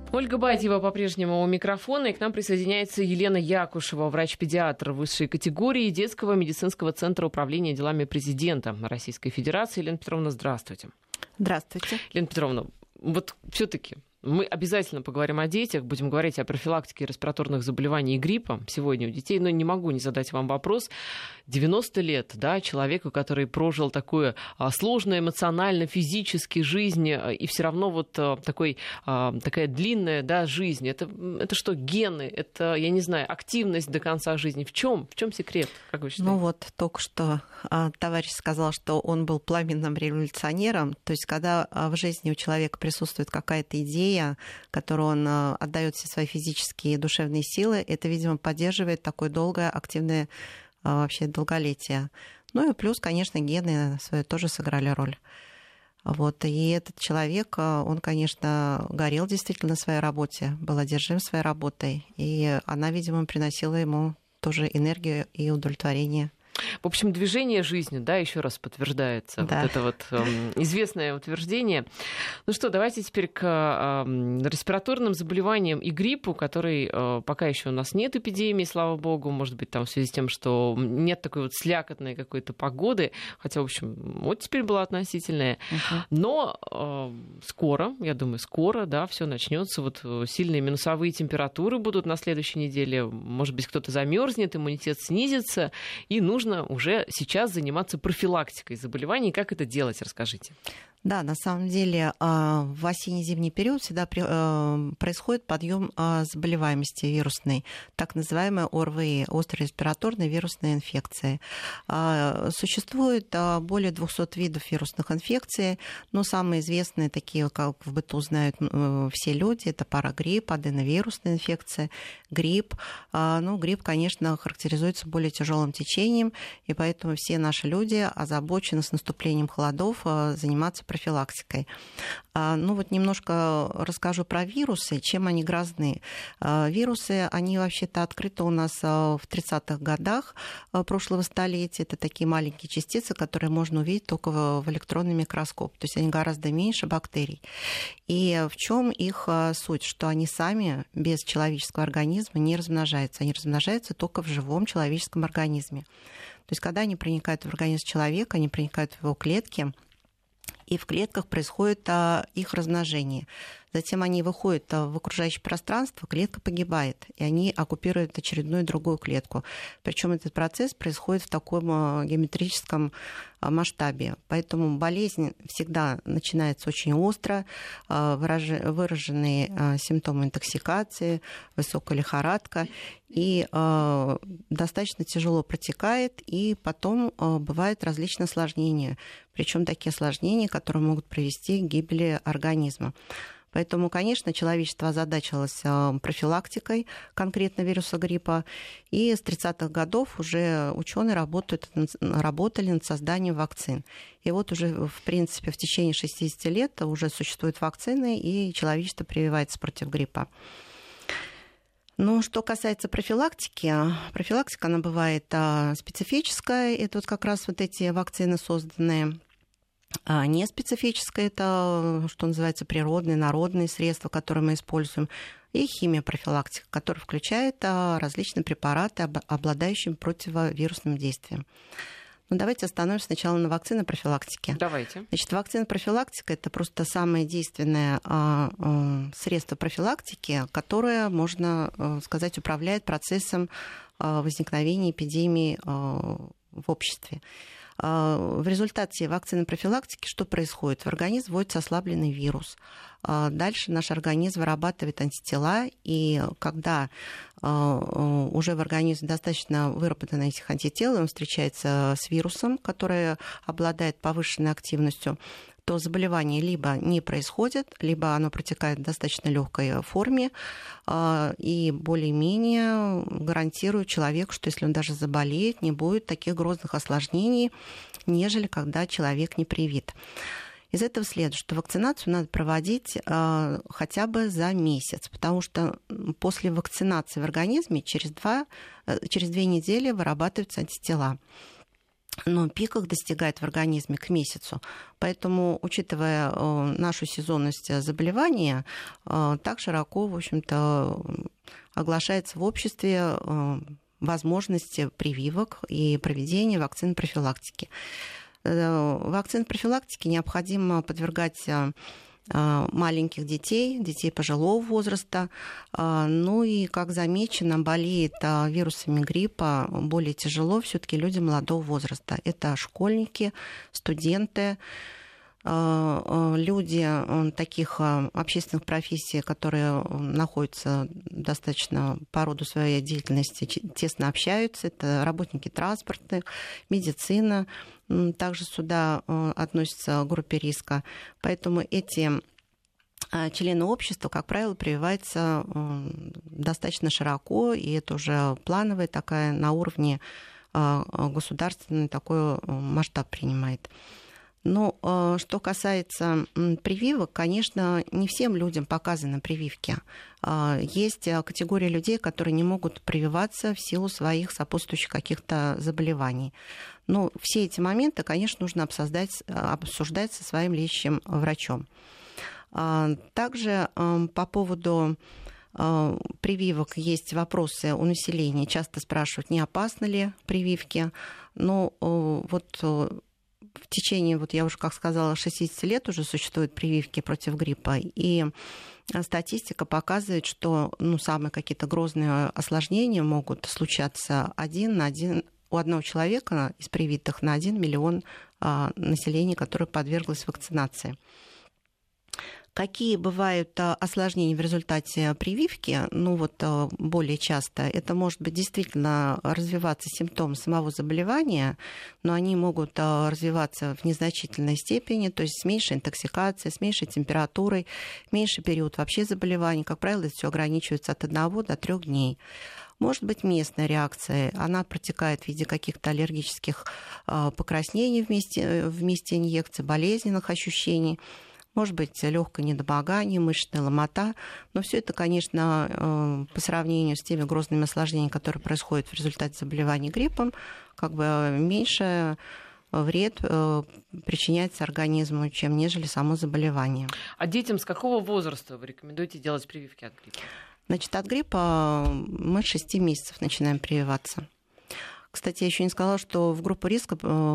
Ольга Бадьева по-прежнему у микрофона, и к нам присоединяется Елена Якушева, врач-педиатр высшей категории Детского медицинского центра управления делами президента Российской Федерации. Елена Петровна, здравствуйте. Здравствуйте. Елена Петровна, вот все-таки мы обязательно поговорим о детях, будем говорить о профилактике респираторных заболеваний и гриппа сегодня у детей, но не могу не задать вам вопрос. 90 лет, да, человеку, который прожил такую сложную эмоционально, физически жизнь, и все равно вот такая длинная, да, жизнь. Это что, гены? Это, я не знаю, активность до конца жизни? В чем секрет, как вы считаете? Ну вот, только что товарищ сказал, что он был пламенным революционером. То есть, когда в жизни у человека присутствует какая-то идея, которую он отдает все свои физические и душевные силы, это, видимо, поддерживает такое долгое, активное вообще долголетие. Ну и плюс, конечно, гены свои тоже сыграли роль. Вот. И этот человек, он, конечно, горел действительно своей работе, был одержим своей работой, и она, видимо, приносила ему тоже энергию и удовлетворение. В общем, движение жизни, да, еще раз подтверждается. Да. Вот это вот известное утверждение. Ну что, давайте теперь к респираторным заболеваниям и гриппу, который пока еще у нас нет эпидемии, слава богу, может быть, там в связи с тем, что нет такой вот слякотной какой-то погоды, хотя, в общем, вот теперь была относительная. Но скоро, я думаю, да, все начнется. Вот сильные минусовые температуры будут на следующей неделе. Может быть, кто-то замерзнет, иммунитет снизится, и нужно уже сейчас заниматься профилактикой заболеваний. Как это делать, расскажите. Да, на самом деле в осенне-зимний период всегда происходит подъем заболеваемости вирусной, так называемая ОРВИ, острая респираторная вирусная инфекция. Существует более 200 видов вирусных инфекций, но самые известные, такие, как в быту знают все люди, это парагрипп, аденовирусная инфекция, грипп. Ну, грипп, конечно, характеризуется более тяжелым течением, и поэтому все наши люди озабочены с наступлением холодов заниматься профилактикой. Ну вот немножко расскажу про вирусы, чем они грозны. Вирусы, они вообще-то открыты у нас в 30-х годах прошлого столетия. Это такие маленькие частицы, которые можно увидеть только в электронный микроскоп. То есть они гораздо меньше бактерий. И в чем их суть? Что они сами без человеческого организма не размножаются. Они размножаются только в живом человеческом организме. То есть когда они проникают в организм человека, они проникают в его клетки, и в клетках происходит их размножение. Затем они выходят в окружающее пространство, клетка погибает, и они оккупируют очередную другую клетку. Причем этот процесс происходит в таком геометрическом масштабе. Поэтому болезнь всегда начинается очень остро, выраженные симптомы интоксикации, высокая лихорадка, и достаточно тяжело протекает, и потом бывают различные осложнения. Причем такие осложнения, которые могут привести к гибели организма. Поэтому, конечно, человечество озадачилось профилактикой конкретно вируса гриппа. И с 30-х годов уже ученые работали над созданием вакцин. И вот уже, в принципе, в течение 60 лет уже существуют вакцины, и человечество прививается против гриппа. Но что касается профилактики, она бывает специфическая. Это вот как раз вот эти вакцины созданные. А неспецифическое — это, что называется, природные, народные средства, которые мы используем, и химиопрофилактика, которая включает различные препараты, обладающие противовирусным действием. Но давайте остановимся сначала на вакцинопрофилактике. Давайте. Значит, вакцинопрофилактика — это просто самое действенное средство профилактики, которое, можно сказать, управляет процессом возникновения эпидемии в обществе. В результате вакцины профилактики что происходит? В организм вводится ослабленный вирус. Дальше наш организм вырабатывает антитела, и когда уже в организме достаточно выработано этих антител, и он встречается с вирусом, который обладает повышенной активностью, то заболевание либо не происходит, либо оно протекает в достаточно легкой форме и более-менее гарантирует человеку, что если он даже заболеет, не будет таких грозных осложнений, нежели когда человек не привит. Из этого следует, что вакцинацию надо проводить хотя бы за месяц, потому что после вакцинации в организме через 2 недели вырабатываются антитела. но пик их достигает в организме к месяцу. Поэтому, учитывая нашу сезонность заболевания, так широко, в общем-то, оглашается в обществе возможности прививок и проведения вакцин профилактики. Вакцин профилактики необходимо подвергать маленьких детей пожилого возраста. Ну и, как замечено, болеет вирусами гриппа более тяжело все-таки люди молодого возраста. Это школьники, студенты, люди таких общественных профессий, которые находятся достаточно по роду своей деятельности, тесно общаются. Это работники транспорта, медицина. Также сюда относятся к группе риска. Поэтому эти члены общества, как правило, прививаются достаточно широко, и это уже плановая такая на уровне государственный такой масштаб принимает. Но что касается прививок, конечно, не всем людям показаны прививки. Есть категория людей, которые не могут прививаться в силу своих сопутствующих каких-то заболеваний. Но все эти моменты, конечно, нужно обсуждать со своим лечащим врачом. Также по поводу прививок есть вопросы у населения. Часто спрашивают, не опасны ли прививки. Но вот в течение, я уже как сказала, 60 лет уже существуют прививки против гриппа, и статистика показывает, что самые какие-то грозные осложнения могут случаться у одного человека из привитых на 1 миллион населения, которое подверглось вакцинации. Какие бывают осложнения в результате прививки? Более часто это может быть действительно развиваться симптом самого заболевания, но они могут развиваться в незначительной степени, то есть с меньшей интоксикацией, с меньшей температурой, меньший период вообще заболевания. Как правило, это все ограничивается от 1 до 3 дней. Может быть местная реакция, она протекает в виде каких-то аллергических покраснений вместе инъекций, болезненных ощущений. Может быть, легкое недомогание, мышечная ломота. Но все это, конечно, по сравнению с теми грозными осложнениями, которые происходят в результате заболевания гриппом, меньше вред причиняется организму, чем нежели само заболевание. А детям с какого возраста вы рекомендуете делать прививки от гриппа? От гриппа мы с 6 месяцев начинаем прививаться. Кстати, я еще не сказала, что в группу риска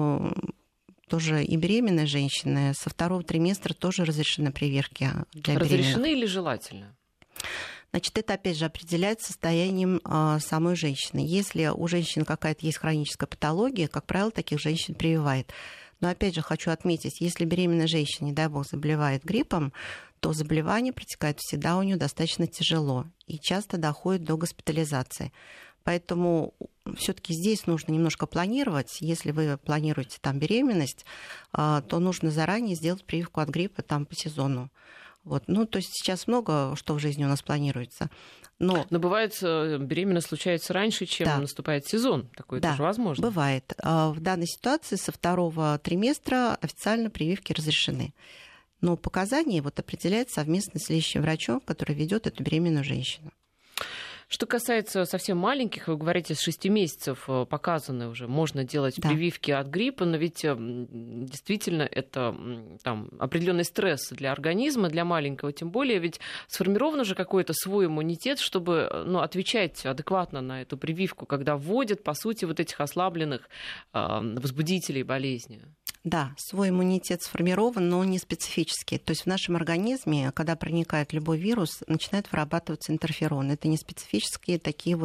тоже и беременные женщины со 2-го триместра тоже разрешены прививки для беременных. Разрешены или желательно? Это опять же определяется состоянием самой женщины. Если у женщины какая-то есть хроническая патология, как правило, таких женщин прививает. Но опять же хочу отметить, если беременная женщина, не дай бог, заболевает гриппом, то заболевание протекает всегда у нее достаточно тяжело и часто доходит до госпитализации. Поэтому все-таки здесь нужно немножко планировать. Если вы планируете беременность, то нужно заранее сделать прививку от гриппа по сезону. То есть сейчас много что в жизни у нас планируется. Но бывает, беременность случается раньше, чем наступает сезон. Такое тоже возможно. Бывает. В данной ситуации со 2-го триместра официально прививки разрешены. Но показания определяется совместно с лечащим врачом, который ведет эту беременную женщину. Что касается совсем маленьких, вы говорите, с 6 месяцев показаны уже, можно делать прививки от гриппа, но ведь действительно это определенный стресс для организма, для маленького, тем более ведь сформирован уже какой-то свой иммунитет, чтобы отвечать адекватно на эту прививку, когда вводят, по сути, этих ослабленных возбудителей болезни. Да, свой иммунитет сформирован, но не специфический. То есть в нашем организме, когда проникает любой вирус, начинает вырабатываться интерферон. Это не специфические такие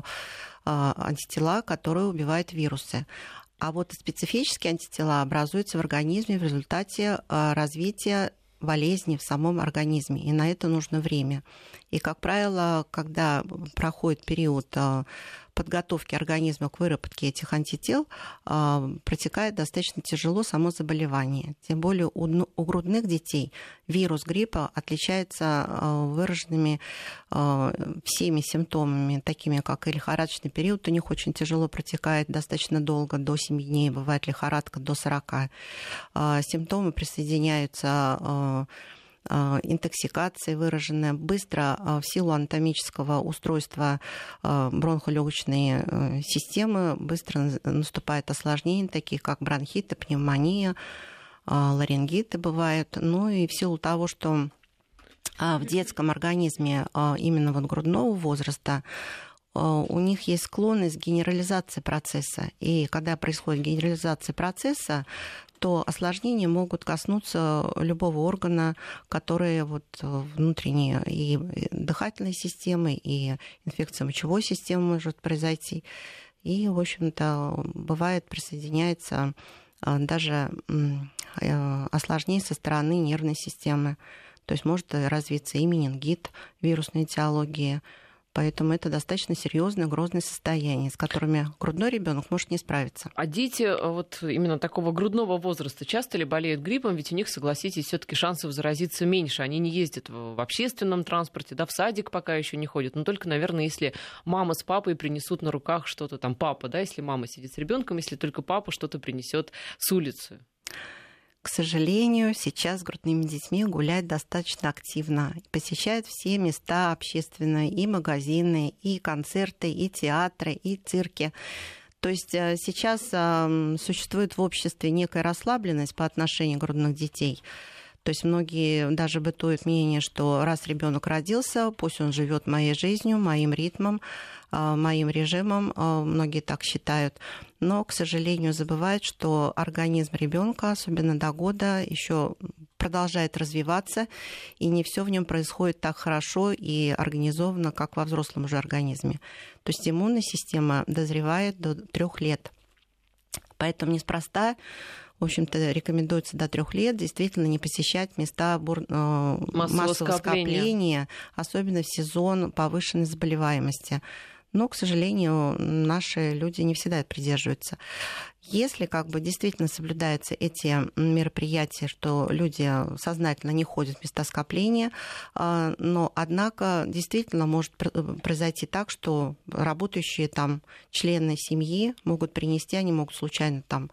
антитела, которые убивают вирусы. А специфические антитела образуются в организме в результате развития болезни в самом организме. И на это нужно время. И, как правило, когда проходит период подготовки организма к выработке этих антител, протекает достаточно тяжело само заболевание. Тем более у грудных детей вирус гриппа отличается выраженными всеми симптомами, такими как и лихорадочный период. У них очень тяжело протекает достаточно долго, до 7 дней, бывает лихорадка до 40. Симптомы присоединяются интоксикация выраженная, быстро в силу анатомического устройства бронхолегочной системы быстро наступают осложнения, такие как бронхиты, пневмония, ларингиты бывают. Ну и в силу того, что в детском организме именно вот грудного возраста у них есть склонность к генерализации процесса. И когда происходит генерализация процесса, то осложнения могут коснуться любого органа, которые вот внутренние и дыхательной системы, и инфекция мочевой системы может произойти. И, в общем-то, бывает, присоединяется даже осложнение со стороны нервной системы. То есть может развиться и менингит, вирусной этиологии. Поэтому это достаточно серьезное, грозное состояние, с которыми грудной ребенок может не справиться. А дети вот именно такого грудного возраста часто ли болеют гриппом? Ведь у них, согласитесь, все-таки шансов заразиться меньше. Они не ездят в общественном транспорте, да, в садик пока еще не ходят. Но только, наверное, если мама с папой принесут на руках что-то там, папа, да, если мама сидит с ребенком, если только папа что-то принесет с улицы. К сожалению, сейчас с грудными детьми гулять достаточно активно. Посещают все места общественные, и магазины, и концерты, и театры, и цирки. То есть сейчас существует в обществе некая расслабленность по отношению к грудных детей. То есть многие даже бытует мнение, что раз ребенок родился, пусть он живет моей жизнью, моим ритмом, моим режимом. Многие так считают. Но, к сожалению, забывают, что организм ребенка, особенно до года, еще продолжает развиваться, и не все в нем происходит так хорошо и организованно, как во взрослом уже организме. То есть иммунная система дозревает до 3 лет. Поэтому неспроста, в общем-то, рекомендуется до 3 лет действительно не посещать места массового скопления, особенно в сезон повышенной заболеваемости. Но, к сожалению, наши люди не всегда придерживаются. Если действительно соблюдаются эти мероприятия, что люди сознательно не ходят в места скопления, но, однако, действительно может произойти так, что работающие там члены семьи могут принести, они могут случайно там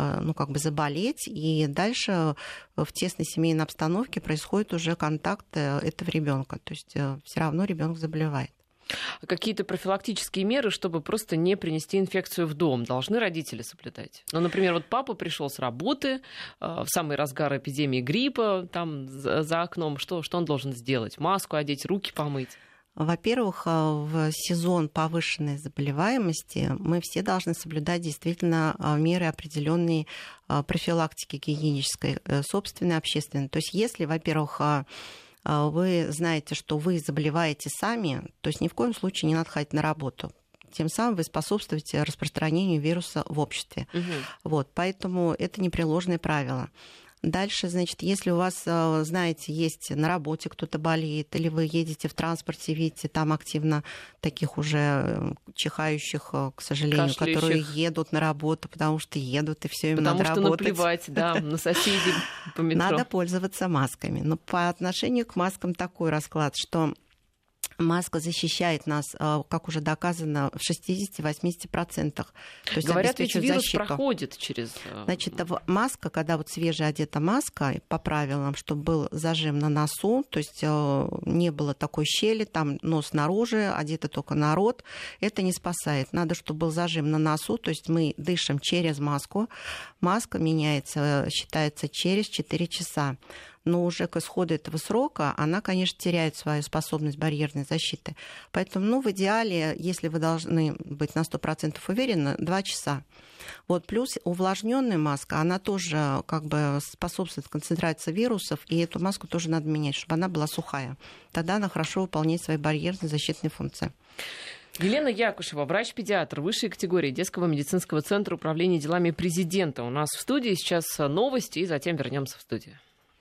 заболеть, и дальше в тесной семейной обстановке происходит уже контакт этого ребенка. То есть все равно ребенок заболевает. Какие-то профилактические меры, чтобы просто не принести инфекцию в дом, должны родители соблюдать? Ну, например, вот папа пришел с работы в самый разгар эпидемии гриппа, там за окном, что он должен сделать? Маску одеть, руки помыть? Во-первых, в сезон повышенной заболеваемости мы все должны соблюдать действительно меры определенной профилактики гигиенической, собственной, общественной. То есть если, во-первых, вы знаете, что вы заболеваете сами, то есть ни в коем случае не надо ходить на работу. Тем самым вы способствуете распространению вируса в обществе. Вот, поэтому это непреложное правило. Дальше, значит, если у вас, знаете, есть на работе кто-то болеет, или вы едете в транспорте, видите, там активно таких уже чихающих, к сожалению, которые едут на работу, потому что едут, и все им надо работать. Потому что наплевать, да, на соседей по метро. Надо пользоваться масками. Но по отношению к маскам такой расклад, что маска защищает нас, как уже доказано, в 60-80%. То есть говорят, ведь вирус защиту. Проходит через... Значит, маска, когда вот свежая одета маска, по правилам, чтобы был зажим на носу, то есть не было такой щели, там нос наружу, одета только на рот, это не спасает. Надо, чтобы был зажим на носу, то есть мы дышим через маску. Маска меняется, считается через 4 часа. Но уже к исходу этого срока она, конечно, теряет свою способность барьерной защиты. Поэтому, в идеале, если вы должны быть на 100% уверены, 2 часа. Вот, плюс увлажненная маска, она тоже способствует концентрации вирусов, и эту маску тоже надо менять, чтобы она была сухая. Тогда она хорошо выполняет свои барьерные защитные функции. Елена Якушева, врач-педиатр высшей категории Детского медицинского центра управления делами президента. У нас в студии сейчас новости, и затем вернемся в студию.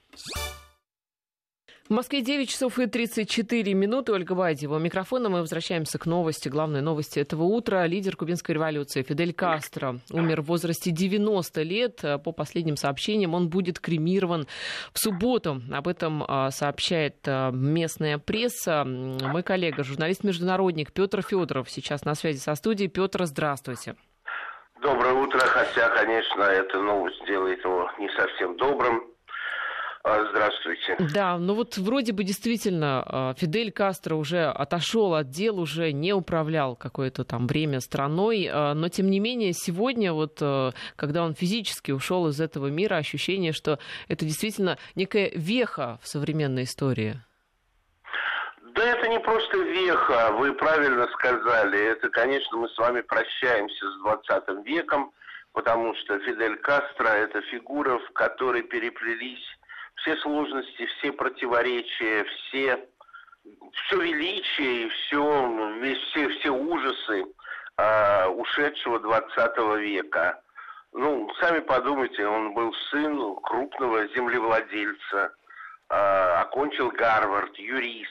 В Москве 9 часов и 34 минуты. Ольга Бадьева. У микрофона мы возвращаемся к новости. Главной новости этого утра. Лидер кубинской революции Фидель Кастро умер в возрасте 90 лет. По последним сообщениям, он будет кремирован в субботу. Об этом сообщает местная пресса. Мой коллега, журналист-международник Петр Федоров сейчас на связи со студией. Петр, здравствуйте. Доброе утро. Хотя, конечно, эта новость делает его не совсем добрым. Здравствуйте. Да, ну вот вроде бы действительно Фидель Кастро уже отошел от дел, уже не управлял какое-то там время страной, но тем не менее сегодня вот, когда он физически ушел из этого мира, ощущение, что это действительно некая веха в современной истории. Да это не просто веха, вы правильно сказали. Это, конечно, мы с вами прощаемся с 20 веком, потому что Фидель Кастро – это фигура, в которой переплелись все сложности, все противоречия, все величие и все ужасы ушедшего 20 века. Ну, сами подумайте, он был сын крупного землевладельца, окончил Гарвард, юрист,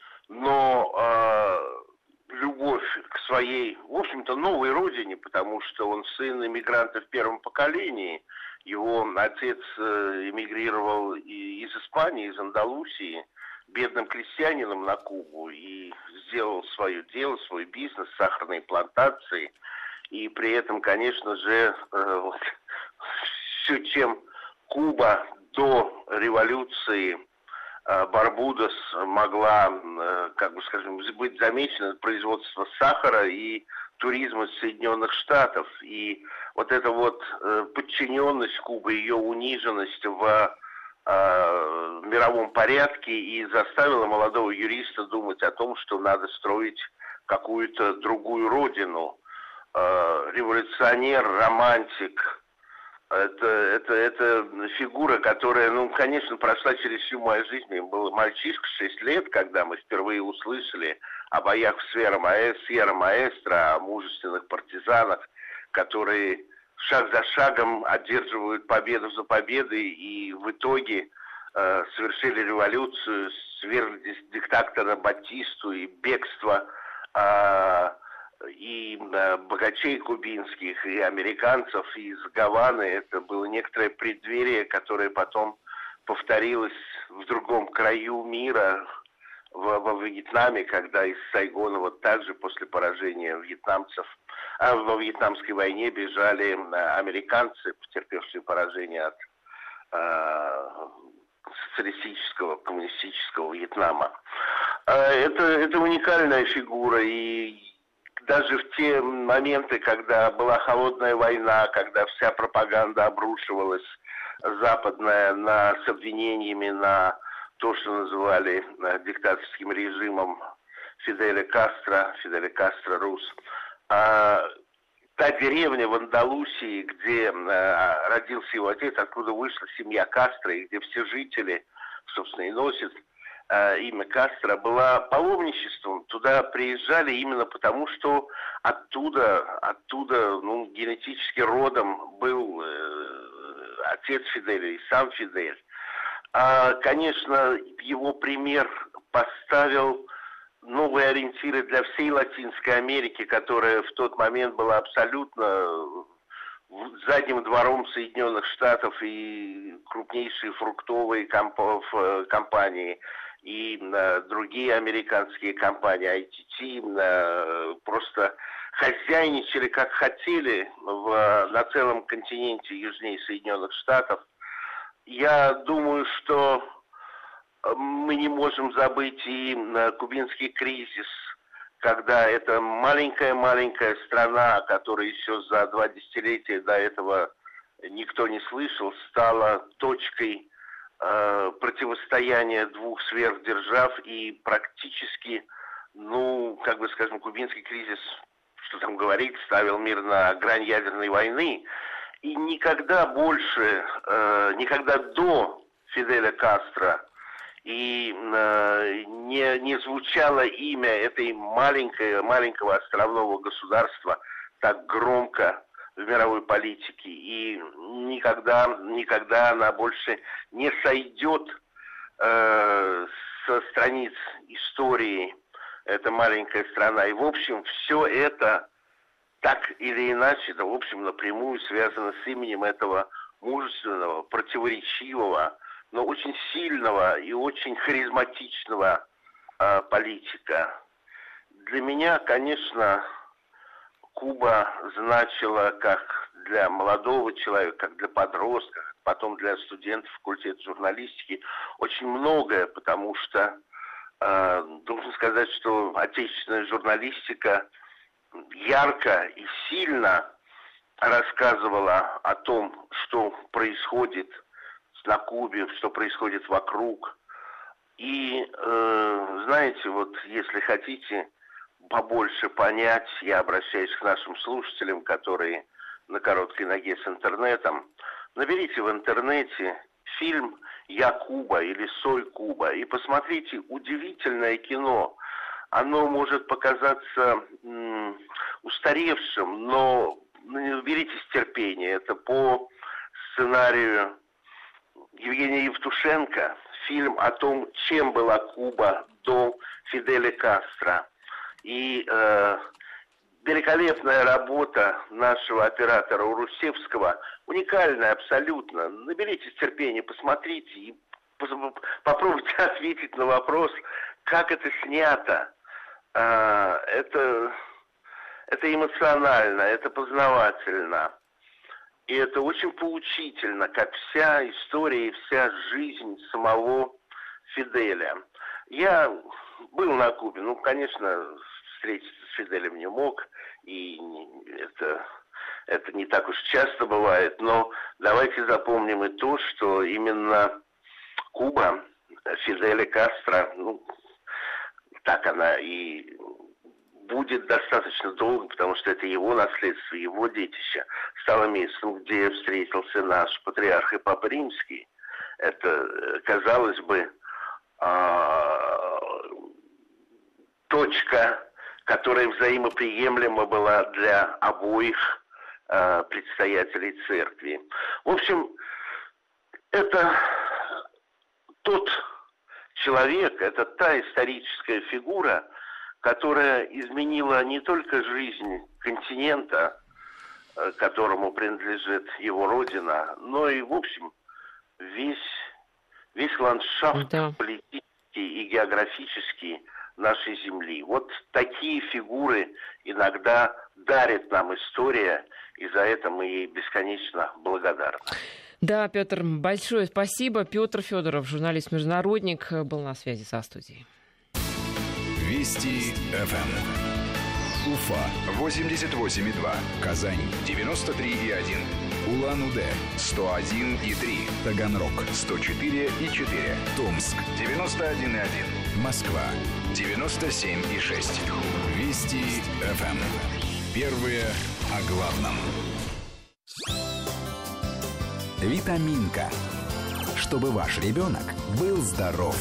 но любовь к своей, в общем-то, новой родине, потому что он сын иммигранта в первом поколении. Его отец эмигрировал из Испании, из Андалусии, бедным крестьянином на Кубу и сделал свое дело, свой бизнес, сахарные плантации. И при этом, конечно же, все, чем Куба до революции Барбудос могла, быть замечена, это производство сахара и туризма Соединенных Штатов. И вот эта вот подчиненность Кубы, ее униженность в мировом порядке и заставила молодого юриста думать о том, что надо строить какую-то другую родину. Революционер, романтик. Это фигура, которая, конечно, прошла через всю мою жизнь. Мне было мальчишка, 6 лет, когда мы впервые услышали о боях в Сьерра-Маэстро, о мужественных партизанах, которые шаг за шагом одерживают победу за победой и в итоге совершили революцию, свергли диктатора Батисту и бегство и богачей кубинских, и американцев из Гаваны. Это было некоторое преддверие, которое потом повторилось в другом краю мира, во Вьетнаме, когда из Сайгона вот также после поражения вьетнамцев во Вьетнамской войне бежали американцы, потерпевшие поражение от социалистического, коммунистического Вьетнама. Это уникальная фигура, и даже в те моменты, когда была холодная война, когда вся пропаганда обрушивалась западная с обвинениями на то, что называли диктаторским режимом Фиделя Кастро Рус. Та деревня в Андалусии, где родился его отец, откуда вышла семья Кастро, и где все жители, собственно, и носят имя Кастро, была паломничеством. Туда приезжали именно потому, что оттуда генетически родом был отец Фиделя и сам Фидель. Конечно, его пример поставил новые ориентиры для всей Латинской Америки, которая в тот момент была абсолютно задним двором Соединенных Штатов, и крупнейшие фруктовые компании, и другие американские компании, ITT, просто хозяйничали как хотели на целом континенте южнее Соединенных Штатов. Я думаю, что мы не можем забыть и кубинский кризис, когда эта маленькая страна, которая еще за 2 десятилетия до этого никто не слышал, стала точкой противостояния двух сверхдержав, и практически, кубинский кризис, что там говорить, ставил мир на грань ядерной войны. И никогда больше, никогда до Фиделя Кастро и не звучало имя этой маленького островного государства так громко в мировой политике. И никогда она больше не сойдет со страниц истории, эта маленькая страна. И, в общем, все это так или иначе, в общем, напрямую связано с именем этого мужественного, противоречивого, но очень сильного и очень харизматичного политика. Для меня, конечно, Куба значила как для молодого человека, как для подростка, как потом для студентов факультета журналистики очень многое, потому что должен сказать, что отечественная журналистика ярко и сильно рассказывала о том, что происходит на Кубе, что происходит вокруг. И, знаете, вот если хотите побольше понять, я обращаюсь к нашим слушателям, которые на короткой ноге с интернетом, наберите в интернете фильм «Я Куба» или «Сой Куба» и посмотрите удивительное кино. Оно может показаться устаревшим, но беритесь терпения. Это по сценарию Евгения Евтушенко, фильм о том, чем была Куба до Фиделя Кастро. И великолепная работа нашего оператора Урусевского, уникальная абсолютно. Наберитесь терпения, посмотрите и попробуйте ответить на вопрос, как это снято. Это эмоционально, это познавательно. И это очень поучительно, как вся история и вся жизнь самого Фиделя. Я был на Кубе, конечно, встретиться с Фиделем не мог, и это не так уж часто бывает, но давайте запомним и то, что именно Куба, Фиделя Кастро, так она и будет достаточно долго, потому что это его наследство, его детище, стало местом, где встретился наш патриарх и Папа Римский. Это, казалось бы, точка, которая взаимоприемлема была для обоих предстоятелей церкви. В общем, это тот человек, это та историческая фигура, которая изменила не только жизнь континента, которому принадлежит его родина, но и, в общем, весь ландшафт политический и географический нашей земли. Вот такие фигуры иногда дарит нам история, и за это мы ей бесконечно благодарны. Да, Петр, большое спасибо. Петр Федоров, журналист-международник, был на связи со студией. Вести ФМ. Уфа 88,2. Казань 93,1. Улан-Удэ 101,3. Таганрог 104,4. Томск 91,1. Москва 97,6. Вести ФМ. Первые о главном. Витаминка. Чтобы ваш ребенок был здоров.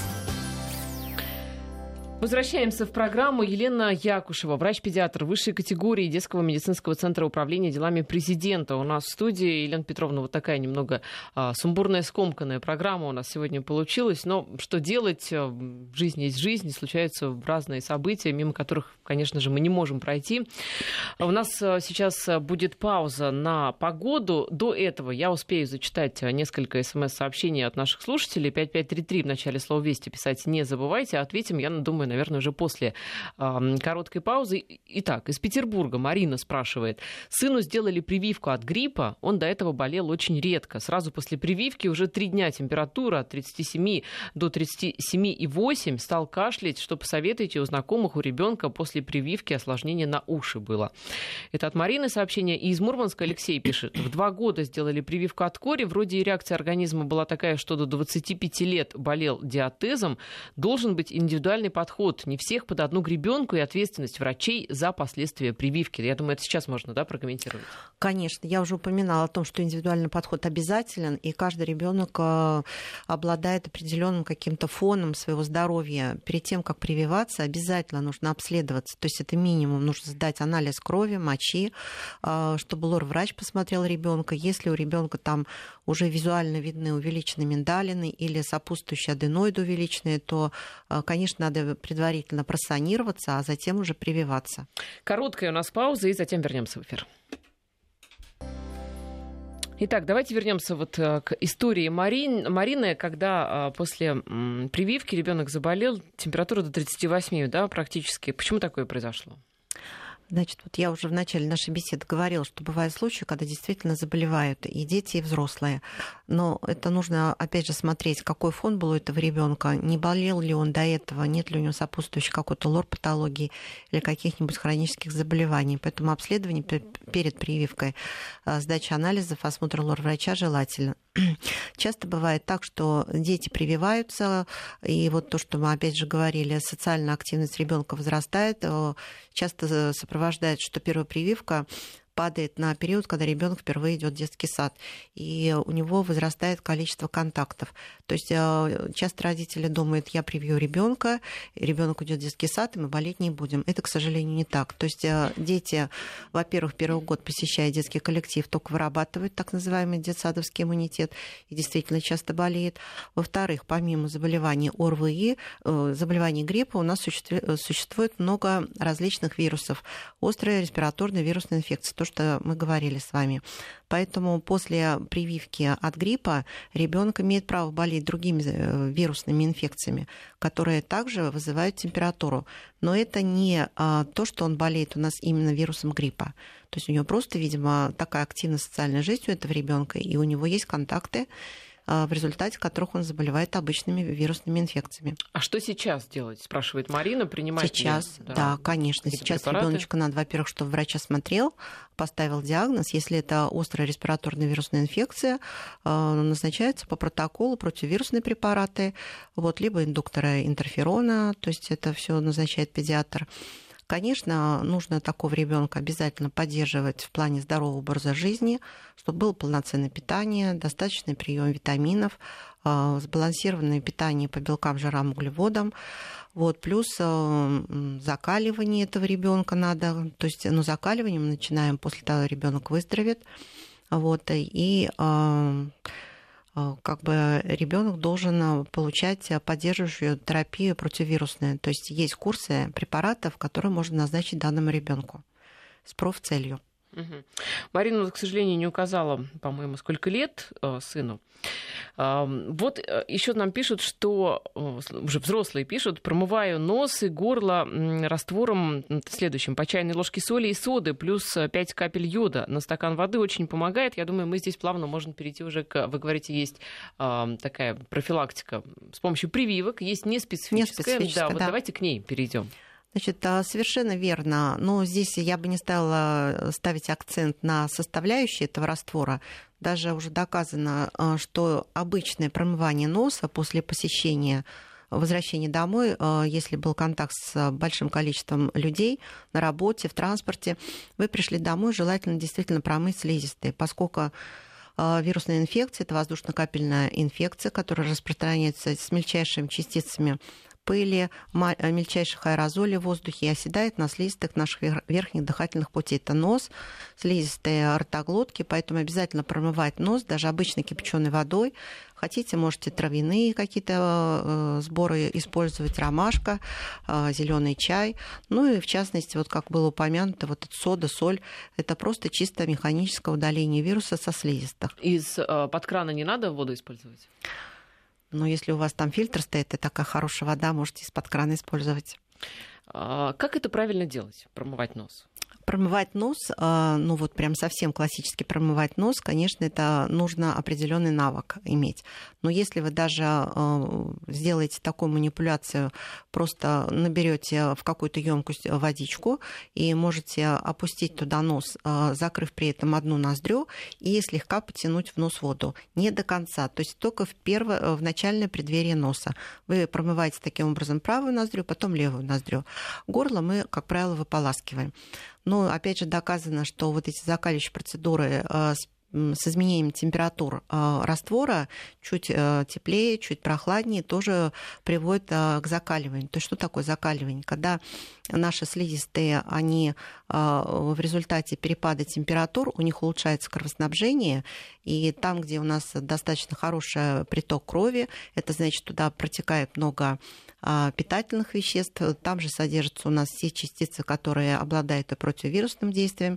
Возвращаемся в программу. Елена Якушева, врач-педиатр высшей категории Детского медицинского центра управления делами президента. У нас в студии. Елена Петровна, вот такая немного сумбурная, скомканная программа у нас сегодня получилась. Но что делать? Жизнь есть жизнь, случаются разные события, мимо которых, конечно же, мы не можем пройти. У нас сейчас будет пауза на погоду. До этого я успею зачитать несколько смс-сообщений от наших слушателей. 5533 в начале слова «Вести» писать не забывайте. Ответим, я думаю, наверное, уже после короткой паузы. Итак, из Петербурга Марина спрашивает. Сыну сделали прививку от гриппа. Он до этого болел очень редко. Сразу после прививки уже 3 дня температура от 37 до 37,8. Стал кашлять. Что посоветуете у знакомых, у ребенка после прививки осложнение на уши было? Это от Марины сообщение. И из Мурманска Алексей пишет. В 2 года сделали прививку от кори. Вроде и реакция организма была такая, что до 25 лет болел диатезом. Должен быть индивидуальный подход. Не всех под одну гребенку и ответственность врачей за последствия прививки. Я думаю, это сейчас можно, да, прокомментировать? Конечно. Я уже упоминала о том, что индивидуальный подход обязателен, и каждый ребенок обладает определенным каким-то фоном своего здоровья. Перед тем, как прививаться, обязательно нужно обследоваться. То есть это минимум. Нужно сдать анализ крови, мочи, чтобы лор-врач посмотрел ребенка. Если у ребенка там уже визуально видны увеличенные миндалины или сопутствующие аденоиды увеличенные, то, конечно, надо предварительно просанироваться, а затем уже прививаться. Короткая у нас пауза, и затем вернемся в эфир. Итак, давайте вернемся вот к истории Марины, когда после прививки ребенок заболел, температура до 38, да, практически. Почему такое произошло? Значит, вот я уже в начале нашей беседы говорила, что бывают случаи, когда действительно заболевают и дети, и взрослые. Но это нужно, опять же, смотреть, какой фон был у этого ребенка, не болел ли он до этого, нет ли у него сопутствующей какой-то лор-патологии или каких-нибудь хронических заболеваний. Поэтому обследование перед прививкой, сдача анализов, осмотр лор-врача желательно. Часто бывает так, что дети прививаются, и вот то, что мы опять же говорили, социальная активность ребенка возрастает, часто сопровождает, что первая прививка падает на период, когда ребенок впервые идет в детский сад, и у него возрастает количество контактов. То есть часто родители думают, я привью ребенка, ребенок идет в детский сад, и мы болеть не будем. Это, к сожалению, не так. То есть дети, во-первых, первый год, посещая детский коллектив, только вырабатывают так называемый детсадовский иммунитет и действительно часто болеет. Во-вторых, помимо заболеваний ОРВИ, заболеваний гриппа, у нас существует много различных вирусов. Острая респираторная вирусная инфекция, то, что мы говорили с вами. Поэтому после прививки от гриппа ребенок имеет право болеть другими вирусными инфекциями, которые также вызывают температуру. Но это не то, что он болеет у нас именно вирусом гриппа. То есть у него просто, видимо, такая активная социальная жизнь у этого ребенка, и у него есть контакты, в результате которых он заболевает обычными вирусными инфекциями. А что сейчас делать, спрашивает Марина, принимать? Сейчас, да, конечно. Сейчас ребеночка надо, во-первых, чтобы врач осмотрел, поставил диагноз. Если это острая респираторная вирусная инфекция, назначаются по протоколу противовирусные препараты, либо индукторы интерферона, то есть это все назначает педиатр. Конечно, нужно такого ребенка обязательно поддерживать в плане здорового образа жизни, чтобы было полноценное питание, достаточный прием витаминов, сбалансированное питание по белкам, жирам, углеводам. Плюс закаливание этого ребенка надо. То есть, закаливание мы начинаем после того, как ребенок выздоровеет. И ребенок должен получать поддерживающую терапию противовирусную. То есть есть курсы препаратов, которые можно назначить данному ребенку с профцелью. Марина, к сожалению, не указала, по-моему, сколько лет сыну. Еще нам пишут, что уже взрослые пишут: промываю нос и горло раствором следующим: по чайной ложке соли и соды плюс 5 капель йода на стакан воды, очень помогает. Я думаю, мы здесь плавно можем перейти уже к... Вы говорите, есть такая профилактика с помощью прививок, есть неспецифическая. Давайте к ней перейдем. Значит, совершенно верно. Но здесь я бы не стала ставить акцент на составляющие этого раствора. Даже уже доказано, что обычное промывание носа после посещения, возвращения домой, если был контакт с большим количеством людей на работе, в транспорте, вы пришли домой, желательно действительно промыть слизистые, поскольку вирусная инфекция – это воздушно-капельная инфекция, которая распространяется с мельчайшими частицами пыли, мельчайших аэрозолей в воздухе и оседает на слизистых наших верхних дыхательных путей. Это нос, слизистые ротоглотки, поэтому обязательно промывать нос, даже обычной кипяченой водой. Хотите, можете травяные какие-то сборы использовать, ромашка, зеленый чай. И в частности, как было упомянуто, сода, соль, это просто чисто механическое удаление вируса со слизистых. Из-под крана не надо воду использовать? Но если у вас там фильтр стоит и такая хорошая вода, можете из-под крана использовать. Как это правильно делать, промывать нос? Промывать нос, прям совсем классически промывать нос, конечно, это нужно определенный навык иметь. Но если вы даже сделаете такую манипуляцию, просто наберете в какую-то емкость водичку и можете опустить туда нос, закрыв при этом одну ноздрю, и слегка потянуть в нос воду. Не до конца, то есть только в начальное преддверие носа. Вы промываете таким образом правую ноздрю, потом левую ноздрю. Горло мы, как правило, выполаскиваем. Но, опять же, доказано, что эти закаливающие процедуры с изменением температур раствора чуть теплее, чуть прохладнее тоже приводит к закаливанию. То есть что такое закаливание? Когда наши слизистые, они в результате перепада температур, у них улучшается кровоснабжение, и там, где у нас достаточно хороший приток крови, это значит, туда протекает много питательных веществ, там же содержатся у нас все частицы, которые обладают и противовирусным действием,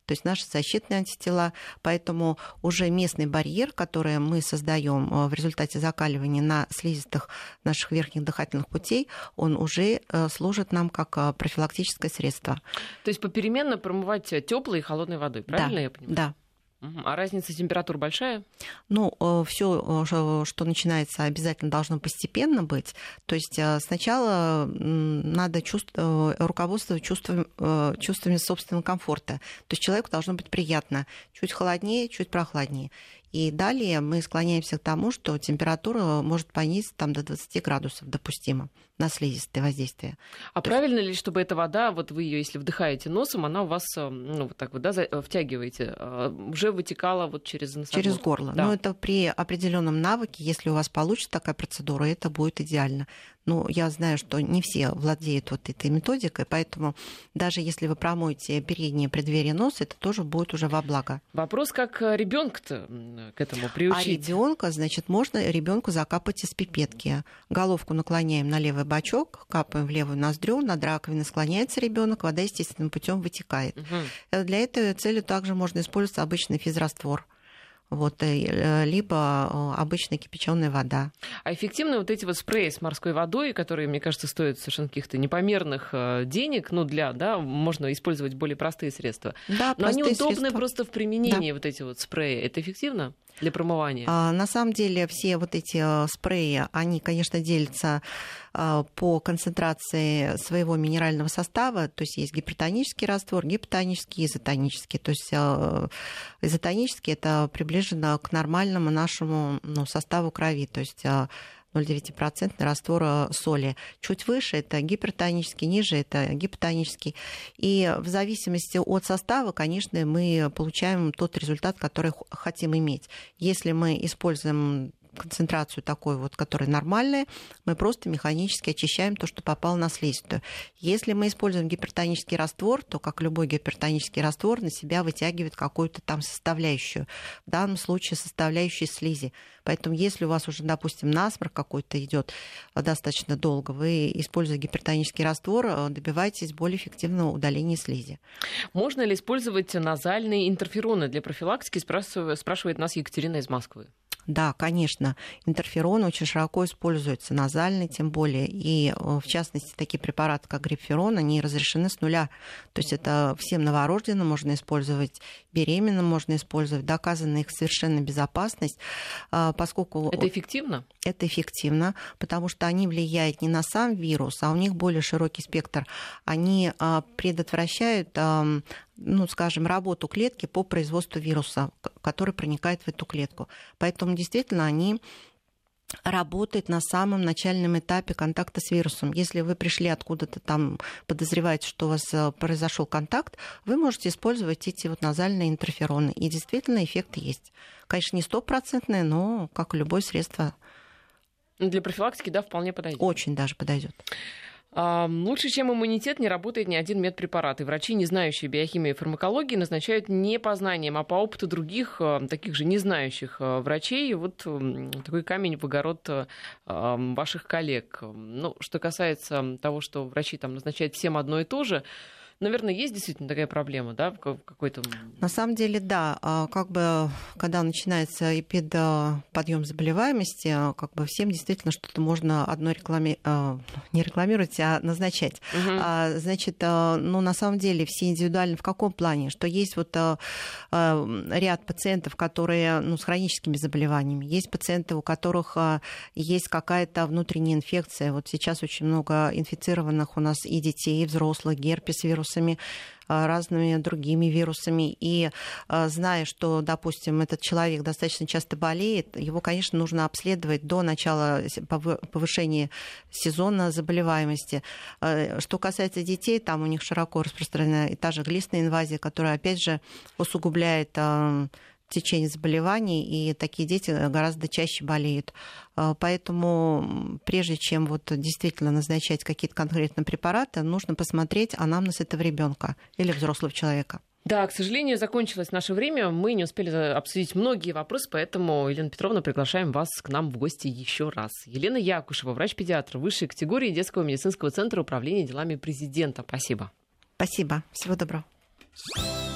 то есть наши защитные антитела. Поэтому уже местный барьер, который мы создаем в результате закаливания на слизистых наших верхних дыхательных путей, он уже служит нам как профилактическое средство. То есть попеременно промывать теплой и холодной водой, правильно я понимаю? Да. А разница температур большая? Ну, все, что начинается, обязательно должно постепенно быть. То есть сначала надо руководствовать чувствами собственного комфорта. То есть человеку должно быть приятно. Чуть холоднее, чуть прохладнее. И далее мы склоняемся к тому, что температура может понизиться там, до 20 градусов допустимо на слизистое воздействие. А правильно ли, чтобы эта вода, вот вы ее, если вдыхаете носом, она у вас, ну, вот так вот, да, втягиваете, уже вытекала вот через носоглотку? Через горло. Да. Но это при определенном навыке, если у вас получится такая процедура, это будет идеально. Ну, я знаю, что не все владеют вот этой методикой, поэтому даже если вы промоете переднее преддверие носа, это тоже будет уже во благо. Вопрос, как ребенка-то к этому приучить? А ребенка, значит, можно ребенку закапать из пипетки. Головку наклоняем на левый бочок, капаем в левую ноздрю, над раковиной склоняется ребенок, вода естественным путем вытекает. Для этой цели также можно использовать обычный физраствор. Вот, либо обычная кипяченая вода. А эффективны вот эти вот спреи с морской водой, которые, мне кажется, стоят совершенно каких-то непомерных денег, ну, можно использовать более простые средства. Да, но они удобны средства. Просто в применении, да. Вот эти вот спреи. Это эффективно для промывания? На самом деле все вот эти спреи, они, конечно, делятся по концентрации своего минерального состава, то есть есть гипертонический раствор, гипотонический, изотонический. То есть изотонический — это приближено к нормальному нашему составу крови, то есть 0,9% раствора соли. Чуть выше — это гипертонический, ниже — это гипотонический. И в зависимости от состава, конечно, мы получаем тот результат, который хотим иметь. Если мы используем концентрацию такой вот, которая нормальная, мы просто механически очищаем то, что попало на слизистую. Если мы используем гипертонический раствор, то, как любой гипертонический раствор, на себя вытягивает какую-то там составляющую. В данном случае составляющую слизи. Поэтому если у вас уже, допустим, насморк какой-то идет достаточно долго, вы, используя гипертонический раствор, добиваетесь более эффективного удаления слизи. Можно ли использовать назальные интерфероны для профилактики, спрашивает нас Екатерина из Москвы. Да, конечно, интерферон очень широко используется, назальный тем более. И, в частности, такие препараты, как грипферон, они разрешены с нуля. То есть это всем новорожденным можно использовать, беременным можно использовать. Доказана их совершенно безопасность, поскольку... Это эффективно? Это эффективно, потому что они влияют не на сам вирус, а у них более широкий спектр. Они предотвращают, скажем, работу клетки по производству вируса, который проникает в эту клетку. Поэтому действительно они работают на самом начальном этапе контакта с вирусом. Если вы пришли откуда-то там, подозреваете, что у вас произошел контакт, вы можете использовать эти вот назальные интерфероны. И действительно эффект есть. Конечно, не 100%, но как любое средство. Для профилактики, да, вполне подойдет. Очень даже подойдет. Лучше, чем иммунитет, не работает ни один медпрепарат. И врачи, не знающие биохимии и фармакологии, назначают не по знаниям, а по опыту других, таких же не знающих врачей. Вот такой камень в огород ваших коллег. Ну, что касается того, что врачи там назначают всем одно и то же, наверное, есть действительно такая проблема, да, какой-то... На самом деле, да. Как бы, когда начинается подъем заболеваемости, как бы всем действительно что-то можно одно не рекламировать, а назначать. Значит, на самом деле все индивидуально в каком плане? Что есть вот ряд пациентов, которые с хроническими заболеваниями, есть пациенты, у которых есть какая-то внутренняя инфекция. Вот сейчас очень много инфицированных у нас и детей, и взрослых, герпес, вирусами, разными другими вирусами. И зная, что, допустим, этот человек достаточно часто болеет, его, конечно, нужно обследовать до начала повышения сезона заболеваемости. Что касается детей, там у них широко распространена и та же глистная инвазия, которая, опять же, усугубляет течение заболеваний, и такие дети гораздо чаще болеют. Поэтому прежде чем вот действительно назначать какие-то конкретные препараты, нужно посмотреть анамнез этого ребенка или взрослого человека. Да, к сожалению, закончилось наше время. Мы не успели обсудить многие вопросы, поэтому, Елена Петровна, приглашаем вас к нам в гости еще раз. Елена Якушева, врач-педиатр высшей категории Детского медицинского центра управления делами президента. Спасибо. Спасибо. Всего доброго.